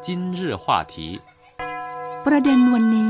今日话题ประเด็นวันนี้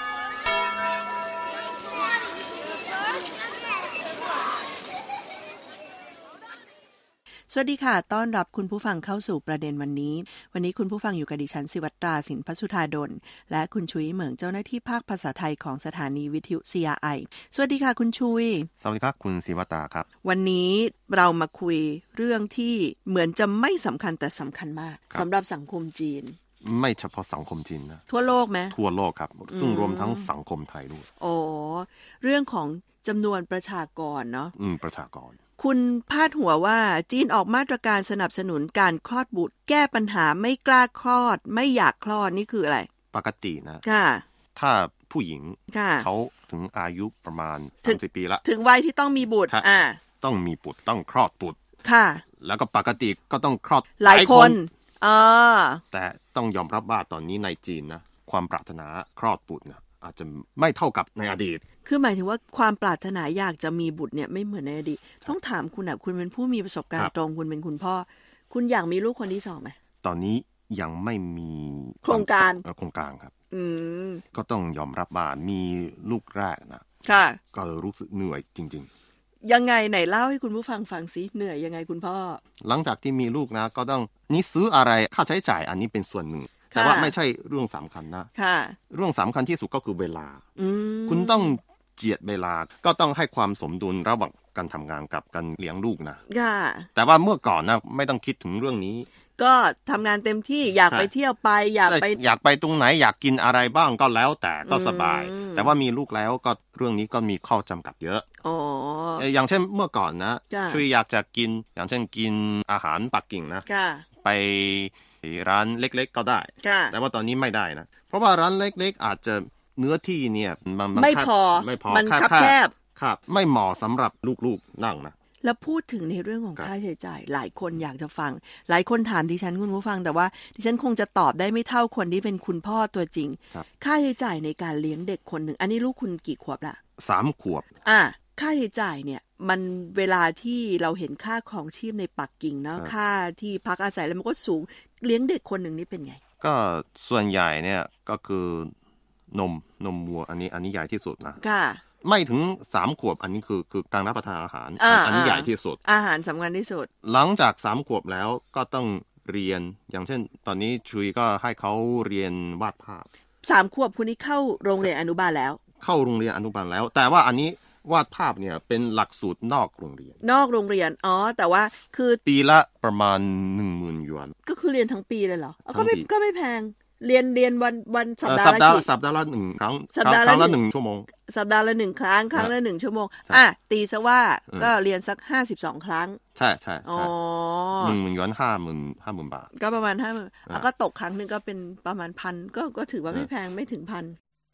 สวัสดีค่ะต้อนรับคุณผู้ฟังเข้าสู่ประเด็นวันนี้คุณผู้ฟังอยู่กับดิฉันศิวัตราสินพัสุธาดลและคุณชุยเหมิงเจ้าหน้าที่ภาคภาษาไทยของสถานีวิทยุ CRI สวัสดีค่ะคุณชุยสวัสดีครับคุณศิวัตราครับวันนี้เรามาคุยเรื่องที่เหมือนจะไม่สำคัญแต่สำคัญมากสำหรับสังคมจีนไม่เฉพาะสังคมจีนนะทั่วโลกไหมทั่วโลกครับซึ่งรวมทั้งสังคมไทยด้วยโอ้เรื่องของจำนวนประชากรเนาะประชากรคุณพาดหัวว่าจีนออกมาตรการสนับสนุนการคลอดบุตรแก้ปัญหาไม่กล้าคลอดไม่อยากคลอดนี่คืออะไรปกตินะค่ะถ้าผู้หญิงเขาถึงอายุประมาณ30 ปีละถึงวัยที่ต้องมีบุตรต้องมีบุตรต้องคลอดบุตรค่ะแล้วก็ปกติก็ต้องคลอดหลายคนแต่ต้องยอมรับว่าตอนนี้ในจีนนะความปรารถนาคลอดบุตรนะอาจจะไม่เท่ากับในอดีตคือหมายถึงว่าความปรารถนาอยากจะมีบุตรเนี่ยไม่เหมือนในอดีตต้องถามคุณคุณเป็นผู้มีประสบการณ์ตรงคุณเป็นคุณพ่อคุณอยากมีลูกคนที่2ไหมตอนนี้ยังไม่มีโครงการครับก็ต้องยอมรับว่ามีลูกแรกนะค่ะก็รู้สึกเหนื่อยจริงๆยังไงไหนเล่าให้คุณผู้ฟังฟังสิเหนื่อยยังไงคุณพ่อหลังจากที่มีลูกนะก็ต้องนี่ซื้ออะไรค่าใช้จ่ายอันนี้เป็นส่วนหนึ่งแต่ว่าไม่ใช่เรื่องสำคัญนะเรื่องสำคัญที่สุดก็คือเวลาคุณต้องเจียดเวลาก็ต้องให้ความสมดุลระหว่างการทำงานกับการเลี้ยงลูกนะแต่ว่าเมื่อก่อนนะไม่ต้องคิดถึงเรื่องนี้ก็ทำงานเต็มที่อยากไปเที่ยวไปอยากไปตรงไหนอยากกินอะไรบ้างก็แล้วแต่ก็สบายแต่ว่ามีลูกแล้วก็เรื่องนี้ก็มีข้อจำกัดเยอะอย่างเช่นเมื่อก่อนนะช่วยอยากจะกินอย่างเช่นกินอาหารปักกิ่งนะไปร้านเล็กๆก็ได้แต่ว่าตอนนี้ไม่ได้นะเพราะว่าร้านเล็กๆอาจจะเนื้อที่เนี่ยมันไม่พอมันคับแคบครับไม่เหมาะสำหรับลูกๆนั่งนะแล้วพูดถึงในเรื่องของค่าใช้จ่ายหลายคนอยากจะฟังหลายคนถามดิฉันคุณผู้ฟังแต่ว่าดิฉันคงจะตอบได้ไม่เท่าคนที่เป็นคุณพ่อตัวจริงค่าใช้จ่ายในการเลี้ยงเด็กคนหนึ่งอันนี้ลูกคุณกี่ขวบละ 3 ขวบค่าใช้จ่ายเนี่ยมันเวลาที่เราเห็นค่าครองชีพในปักกิ่งเนาะค่าที่พักอาศัยแล้วมันก็สูงเลี้ยงเด็กคนหนึ่งนี่เป็นไงก็ส่วนใหญ่เนี่ยก็คือนมวัวอันนี้ใหญ่ที่สุดนะไม่ถึง3 ขวบอันนี้คือการรับประทานอาหารอันนี้ใหญ่ที่สุดอาหารสำคัญที่สุดหลังจาก3 ขวบแล้วก็ต้องเรียนอย่างเช่นตอนนี้ชุยก็ให้เขาเรียนวาดภาพ 3 ขวบคุณนี่เข้าโรงเรียนอนุบาลแล้วเข้าโรงเรียนอนุบาลแล้วแต่ว่าอันนี้วาดภาพเนี่ยเป็นหลักสูตรนอกโรงเรียนแต่ว่าคือปีละประมาณ 10,000 หยวนก็คือเรียนทั้งปีเลยเหรอก็ไม่แพงเรียนวันสัปดาห์ละ 1 ครั้งครั้งละ1 ชั่วโมงสัปดาห์ละ1 ครั้งครั้งละ1 ชั่วโมงตีซะว่าก็เรียนสัก52 ครั้งใช่ๆ 10,000 หยวน 50,000 บาทก็ประมาณ 50,000ก็ตกครั้งนึงก็เป็นประมาณ 1,000 ก็ถือว่าไม่แพงไม่ถึง 1,000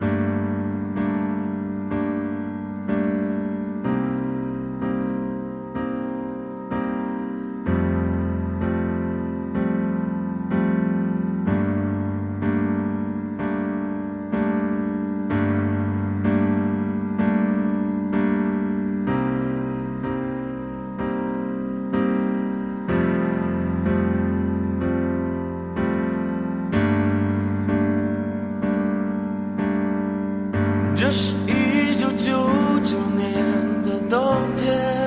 这是1999年的冬天，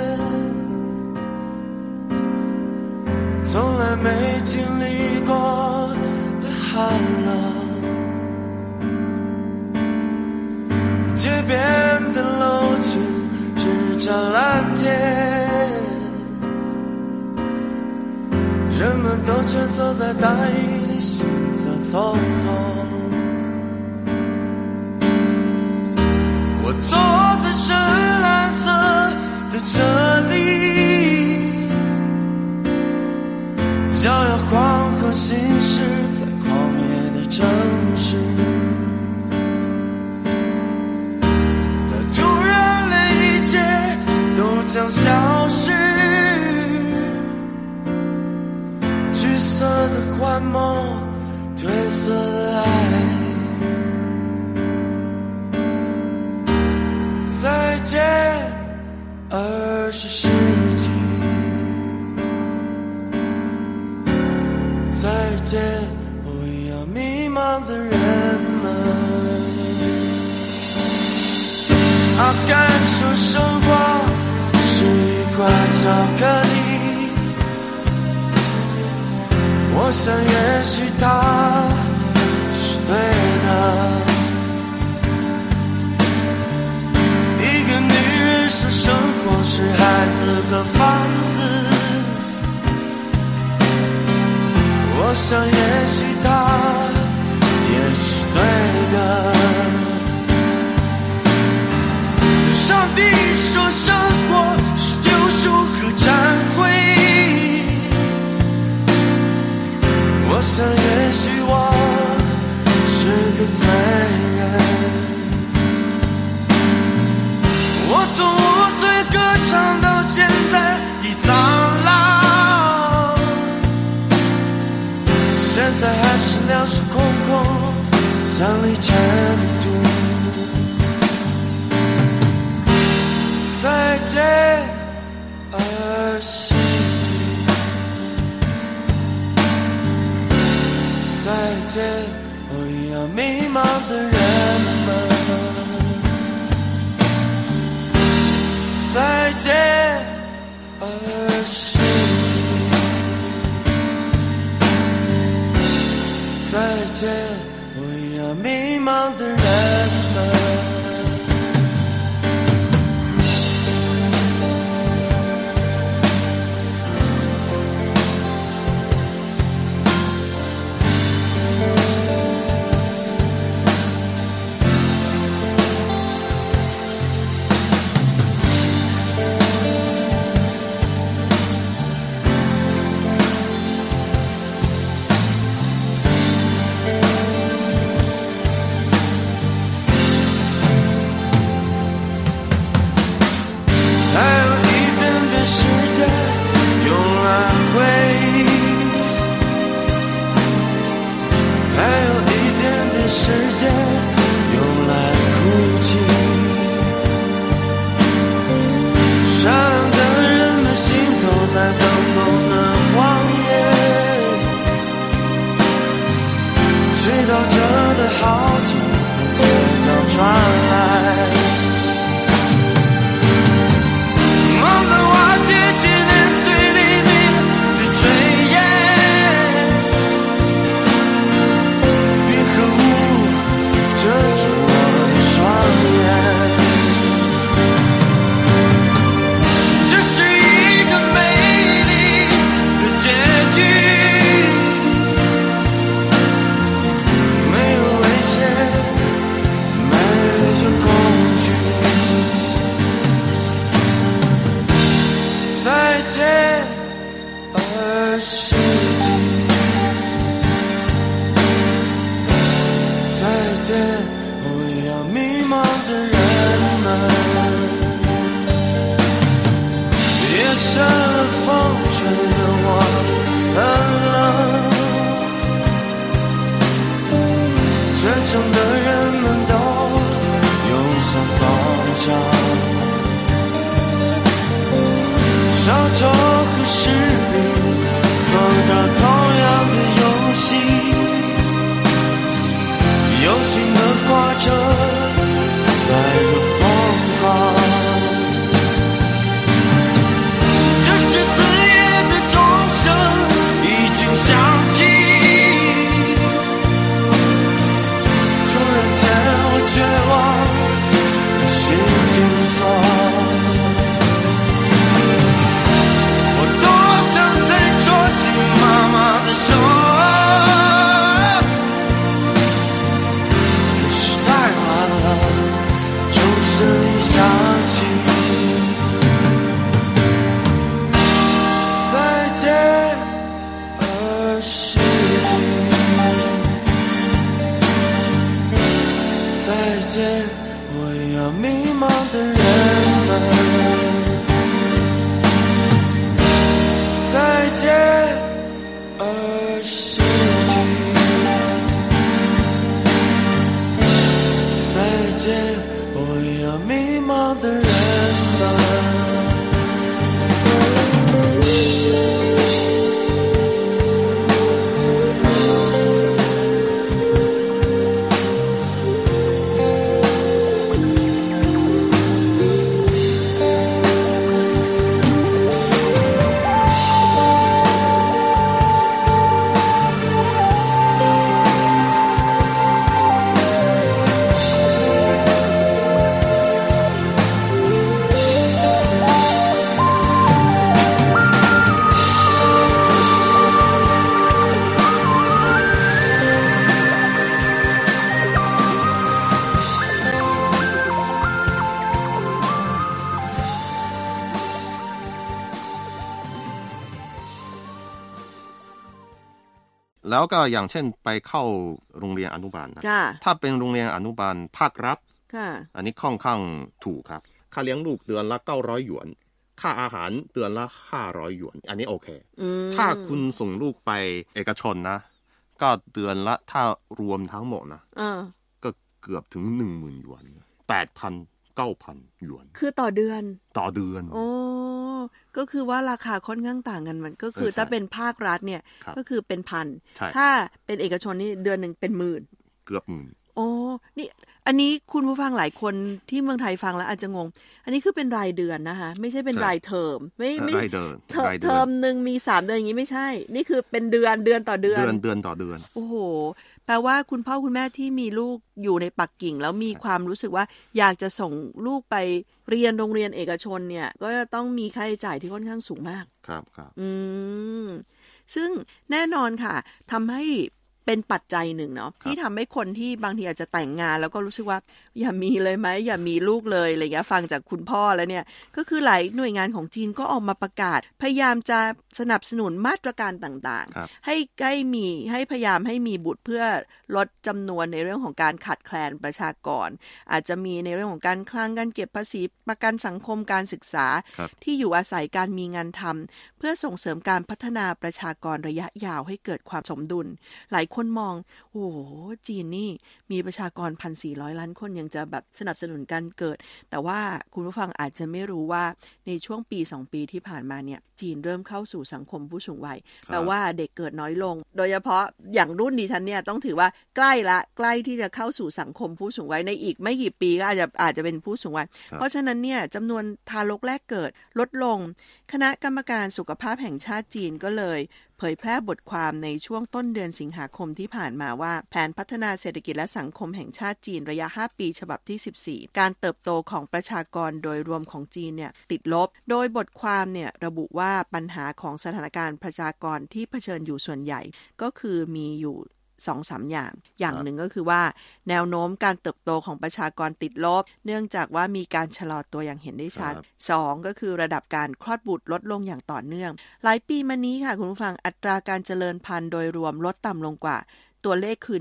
从来没经历过的寒冷，街边的楼群只照蓝天，人们都蜷缩在大雨里，行色匆匆。我坐在深蓝色的车里，摇摇晃晃行驶在狂野的城市，它突然连一切都将消失，橘色的幻梦，褪色的爱，再见20世纪，再见我要茫的人们，感受生活是一块巧克力，我想也许它是对的。一个女人说生活是孩子和房子，我想也许它也是对的。上帝说生活是救赎和忏悔，我想也许我是个罪人。我从5岁歌唱到现在已苍老，现在还是两手空空，像粒尘土。再见20世纪，再见我一样迷茫的人们，再见20世纪，再见我一样迷茫的人们。 แล้วก็อย่างเช่นไปเข้าโรงเรียนอนุบาลนะถ้าเป็นโรงเรียนอนุบาลภาครัฐอันนี้ค่อนข้างถูกครับค่าเลี้ยงลูกเดือนละ900หยวนค่าอาหารเดือนละ500หยวนอันนี้โอเคถ้าคุณส่งลูกไปเอกชนนะก็เดือนละถ้ารวมทั้งหมดนะก็เกือบถึง 10,000 หยวน 8,000-9,000 หยวนคือต่อเดือนโอ้ก็คือว่าราคาค่อนข้างต่างกันมันก็คือถ้าเป็นภาครัฐเนี่ยก็คือเป็นพันถ้าเป็นเอกชนนี่เดือนนึงเป็นหมื่นเกือบหมื่นโอ้นี่อันนี้คุณผู้ฟังหลายคนที่เมืองไทยฟังแล้วอาจจะงงอันนี้คือเป็นรายเดือนนะคะไม่ใช่เป็นรายเทอมไม่เทอมนึงมี3เดือนอย่างนี้ไม่ใช่นี่คือเป็นเดือนต่อเดือนต่อเดือนโอ้โหแปลว่าคุณพ่อคุณแม่ที่มีลูกอยู่ในปักกิ่งแล้วมีความรู้สึกว่าอยากจะส่งลูกไปเรียนโรงเรียนเอกชนเนี่ยก็จะต้องมีค่าใช้จ่ายที่ค่อนข้างสูงมากครับซึ่งแน่นอนค่ะทำให้เป็นปัจจัยหนึ่งเนาะที่ทำให้คนที่บางทีอาจจะแต่งงานแล้วก็รู้สึกว่าอย่ามีเลยไหมอย่ามีลูกเลยอะไรเงี้ยฟังจากคุณพ่อแล้วเนี่ยก็คือหลายหน่วยงานของจีนก็ออกมาประกาศพยายามจะสนับสนุนมาตรการต่างๆให้พยายามให้มีบุตรเพื่อลดจำนวนในเรื่องของการขาดแคลนประชากรอาจจะมีในเรื่องของการคลังการเก็บภาษีประกันสังคมการศึกษาที่อยู่อาศัยการมีงานทำเพื่อส่งเสริมการพัฒนาประชากรระยะยาวให้เกิดความสมดุลหลายคนมองโอ้โหจีนนี่มีประชากร 1,400 ล้านคนยังจะแบบสนับสนุนการเกิดแต่ว่าคุณผู้ฟังอาจจะไม่รู้ว่าในช่วงปี2ปีที่ผ่านมาเนี่ยจีนเริ่มเข้าสู่สังคมผู้สูงวัยแปลว่าเด็กเกิดน้อยลงโดยเฉพาะอย่างรุ่นดิฉันเนี่ยต้องถือว่าใกล้ที่จะเข้าสู่สังคมผู้สูงวัยในอีกไม่กี่ปีก็อาจจะเป็นผู้สูงวัยเพราะฉะนั้นเนี่ยจำนวนทารกแรกเกิดลดลงคณะกรรมการสุขภาพแห่งชาติจีนก็เลยเผยแพร่บทความในช่วงต้นเดือนสิงหาคมที่ผ่านมาว่าแผนพัฒนาเศรษฐกิจและสังคมแห่งชาติจีนระยะ5ปีฉบับที่14การเติบโตของประชากรโดยรวมของจีนเนี่ยติดลบโดยบทความเนี่ยระบุว่าปัญหาของสถานการณ์ประชากรที่เผชิญอยู่ส่วนใหญ่ก็คือมีอยู่2-3 อย่างหนึ่งก็คือว่าแนวโน้มการเติบโตของประชากรติดลบเนื่องจากว่ามีการชะลอตัวอย่างเห็นได้ชัด2ก็คือระดับการคลอดบุตรลดลงอย่างต่อเนื่องหลายปีมานี้ค่ะคุณผู้ฟังอัตราการเจริญพันธุ์โดยรวมลดต่ำลงกว่าตัวเลขคือ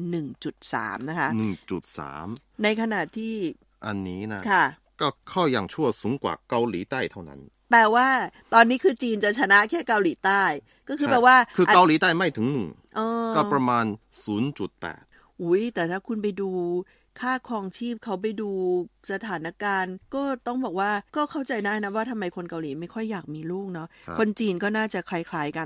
1.3 นะคะ 1.3 ในขณะที่อันนี้นะค่ะก็ข้ออย่างชั่วสูงกว่าเกาหลีใต้เท่านั้นแปลว่าตอนนี้คือจีนจะชนะแค่เกาหลีใต้ก็คือแปลว่าคือเกาหลีใต้ไม่ถึง1ก็ประมาณ 0.8 อุ๊ยแต่ถ้าคุณไปดูค่าครองชีพเขาไปดูสถานการณ์ก็ต้องบอกว่าก็เข้าใจได้นะว่าทำไมคนเกาหลีไม่ค่อยอยากมีลูกเนาะคนจีนก็น่าจะคล้ายๆกัน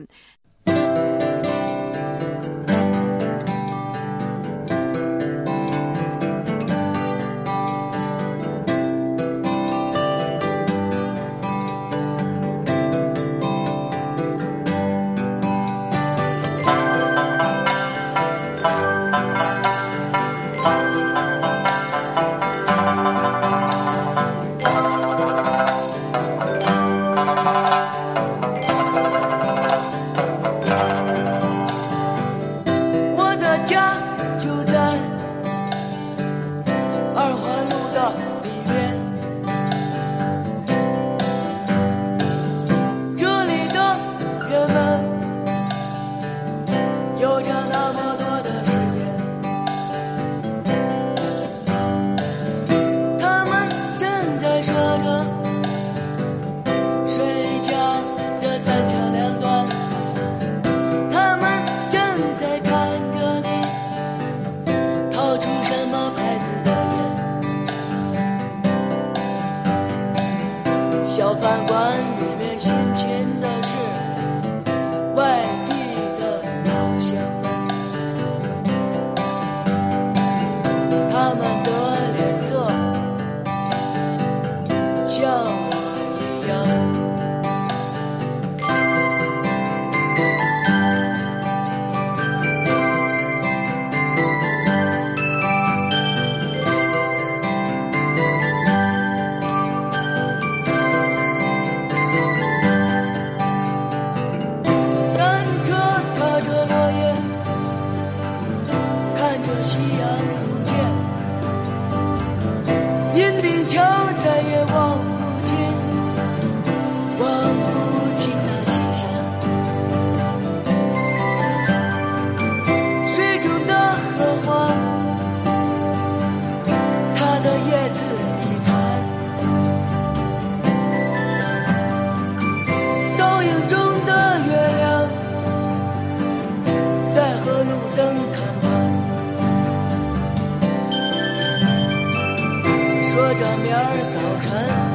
早晨，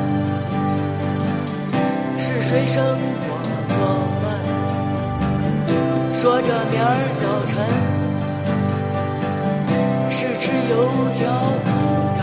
是谁生火做饭？说着明儿早晨，是吃油条饼干。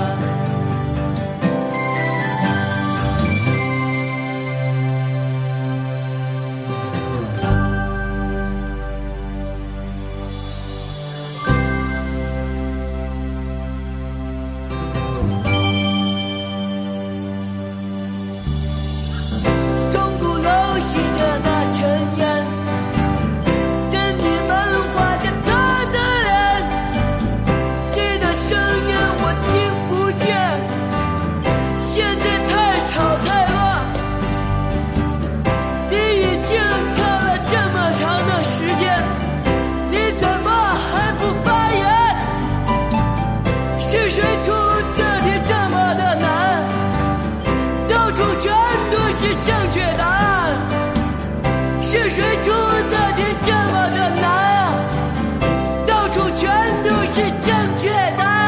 是谁出的题这么的难啊？到处全都是正确答案。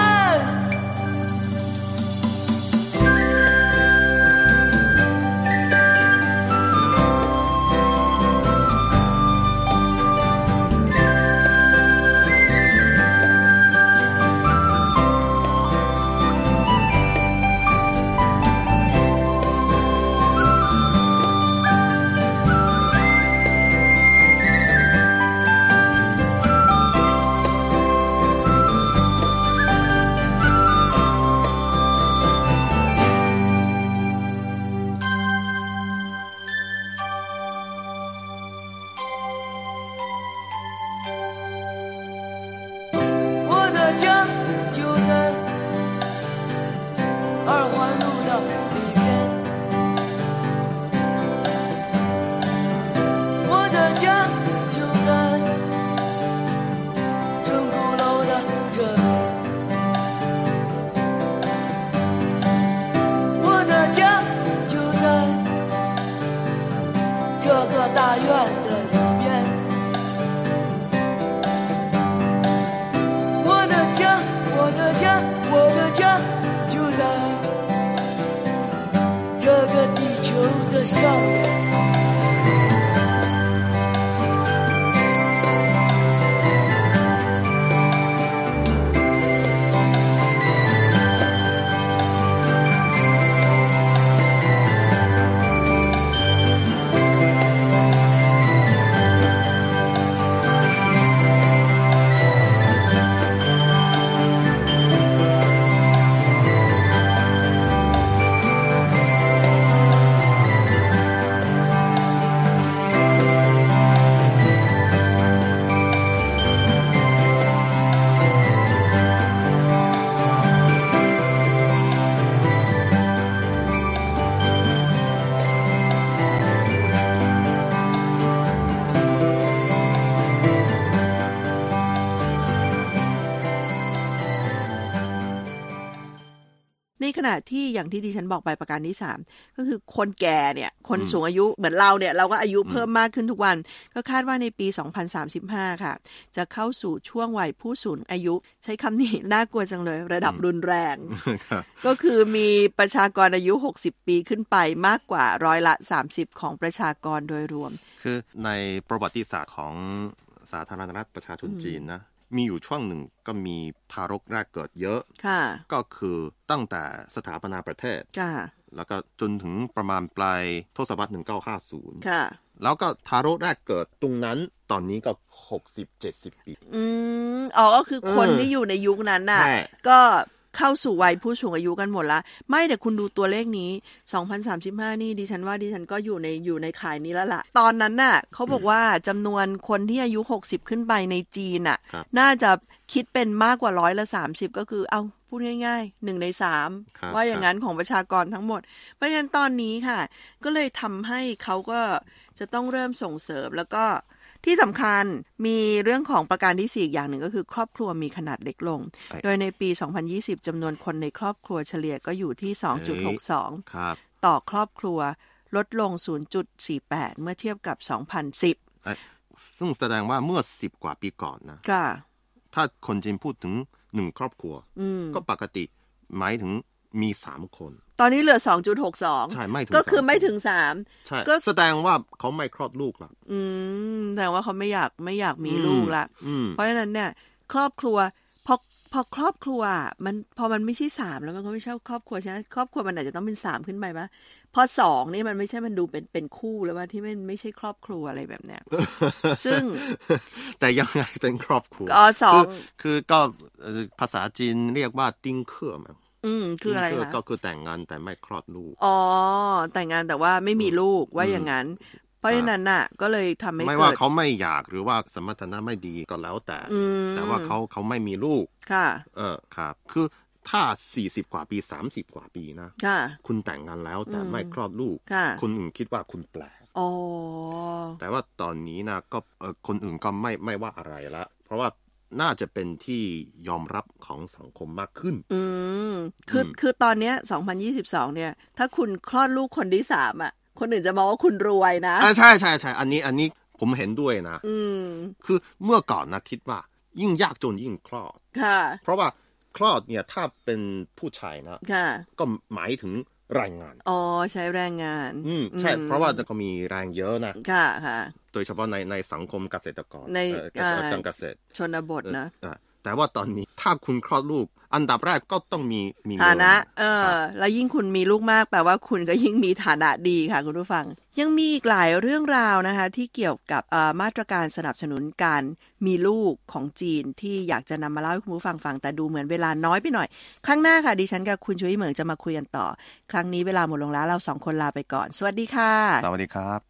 大院的里面，我的家，我的家，我的家就在这个地球的上面。 ในขณะที่อย่างที่ดิฉันบอกไปประการที่3ก็คือคนแก่เนี่ยคนสูงอายุเหมือนเราเนี่ยเราก็อายุเพิ่มมากขึ้นทุกวันก็คาดว่าในปี2035ค่ะจะเข้าสู่ช่วงวัยผู้สูงอายุใช้คำนี้น่ากลัวจังเลยระดับรุนแรง ก็คือมีประชากรอายุ60ปีขึ้นไปมากกว่า30%ของประชากรโดยรวมคือในประวัติศาสตร์ของสาธารณรัฐประชาชนจีนนะมีอยู่ช่วงหนึ่งก็มีทารกแรกเกิดเยอะก็คือตั้งแต่สถาปนาประเทศแล้วก็จนถึงประมาณปลายทศวรรษ1950แล้วก็ทารกแรกเกิดตรงนั้นตอนนี้ก็60-70 ปีก็คือคนที่อยู่ในยุคนั้นน่ะก็เข้าสู่วัยผู้สูงอายุกันหมดละไม่แต่คุณดูตัวเลขนี้2035นี่ดิฉันว่าดิฉันก็อยู่ในข่ายนี้แล้วล่ะตอนนั้นน่ะเขาบอกว่าจำนวนคนที่อายุ60ขึ้นไปในจีนน่ะน่าจะคิดเป็นมากกว่า30%ก็คือเอาพูดง่ายๆ1ใน3ว่าอย่างนั้นของประชากรทั้งหมดเพราะฉะนั้นตอนนี้ค่ะก็เลยทำให้เขาก็จะต้องเริ่มส่งเสริมแล้วก็ที่สำคัญมีเรื่องของประการที่4อีกอย่างหนึ่งก็คือครอบครัวมีขนาดเล็กลงโดยในปี2020จำนวนคนในครอบครัวเฉลี่ยก็อยู่ที่ 2.62 ต่อครอบครัวลดลง 0.48 เมื่อเทียบกับ2010 ซึ่งแสดงว่าเมื่อ10กว่าปีก่อนนะถ้าคนจีนพูดถึง1ครอบครัวก็ปกติหมายถึงมี3คนตอนนี้เหลือ 2.62 ใช่ไม่ถึงก็คือไม่ถึง3 ใช่ก็แสดงว่าเขาไม่คลอดลูกละแสดงว่าเขาไม่อยากมีลูกละเพราะฉะนั้นเนี่ยครอบครัวพอครอบครัวมันพอมันไม่ใช่3แล้วมันก็ไม่ใช่ครอบครัวใช่ไหมครอบครัวมันอาจจะต้องเป็น3ขึ้นไปป่ะพอ2นี่มันไม่ใช่มันดูเป็นคู่แล้วว่าที่ไม่ใช่ครอบครัวอะไรแบบเนี้ยซึ่งแต่ยังไงเป็นครอบครัวคือก็ภาษาจีนเรียกว่าติ้งเครือมั้งคืออะไรคะก็คือแต่งงานแต่ไม่คลอดลูกแต่งงานแต่ว่าไม่มีลูกว่าอย่างนั้นเพราะฉะนั้นน่ะก็เลยทำให้ไม่ว่าเขาไม่อยากหรือว่าสมรรถนะไม่ดีก็แล้วแต่ว่าเขาไม่มีลูกค่ะครับคือถ้า40กว่าปี30กว่าปีนะคุณแต่งงานแล้วแต่ไม่คลอดลูกคนอื่นคิดว่าคุณแปลกแต่ว่าตอนนี้นะก็คนอื่นก็ไม่ว่าอะไรละเพราะว่าน่าจะเป็นที่ยอมรับของสังคมมากขึ้นคือตอนเนี้ย2022เนี่ยถ้าคุณคลอดลูกคนที่3อ่ะคนอื่นจะมองว่าคุณรวยนะใช่อันนี้ผมเห็นด้วยนะคือเมื่อก่อนนะคิดว่ายิ่งยากจนยิ่งคลอดเพราะว่าคลอดเนี่ยถ้าเป็นผู้ชายนะก็หมายถึงแรงงานใช้แรงงานใช่เพราะว่าก็มีแรงเยอะนะค่ะโดยเฉพาะในสังคมเกษตรกรในการเกษตรชนบทนะแต่ว่าตอนนี้ถ้าคุณคลอดลูกอันดับแรกก็ต้องมีฐานะแล้วยิ่งคุณมีลูกมากแปลว่าคุณก็ยิ่งมีฐานะดีค่ะคุณผู้ฟังยังมีอีกหลายเรื่องราวนะคะที่เกี่ยวกับมาตรการสนับสนุนการมีลูกของจีนที่อยากจะนำมาเล่าให้คุณผู้ฟังฟังแต่ดูเหมือนเวลาน้อยไปหน่อยครั้งหน้าค่ะดิฉันกับคุณชุยเหมิงจะมาคุยกันต่อครั้งนี้เวลาหมดลงแล้วเรา2คนลาไปก่อนสวัสดีค่ะสวัสดีครับ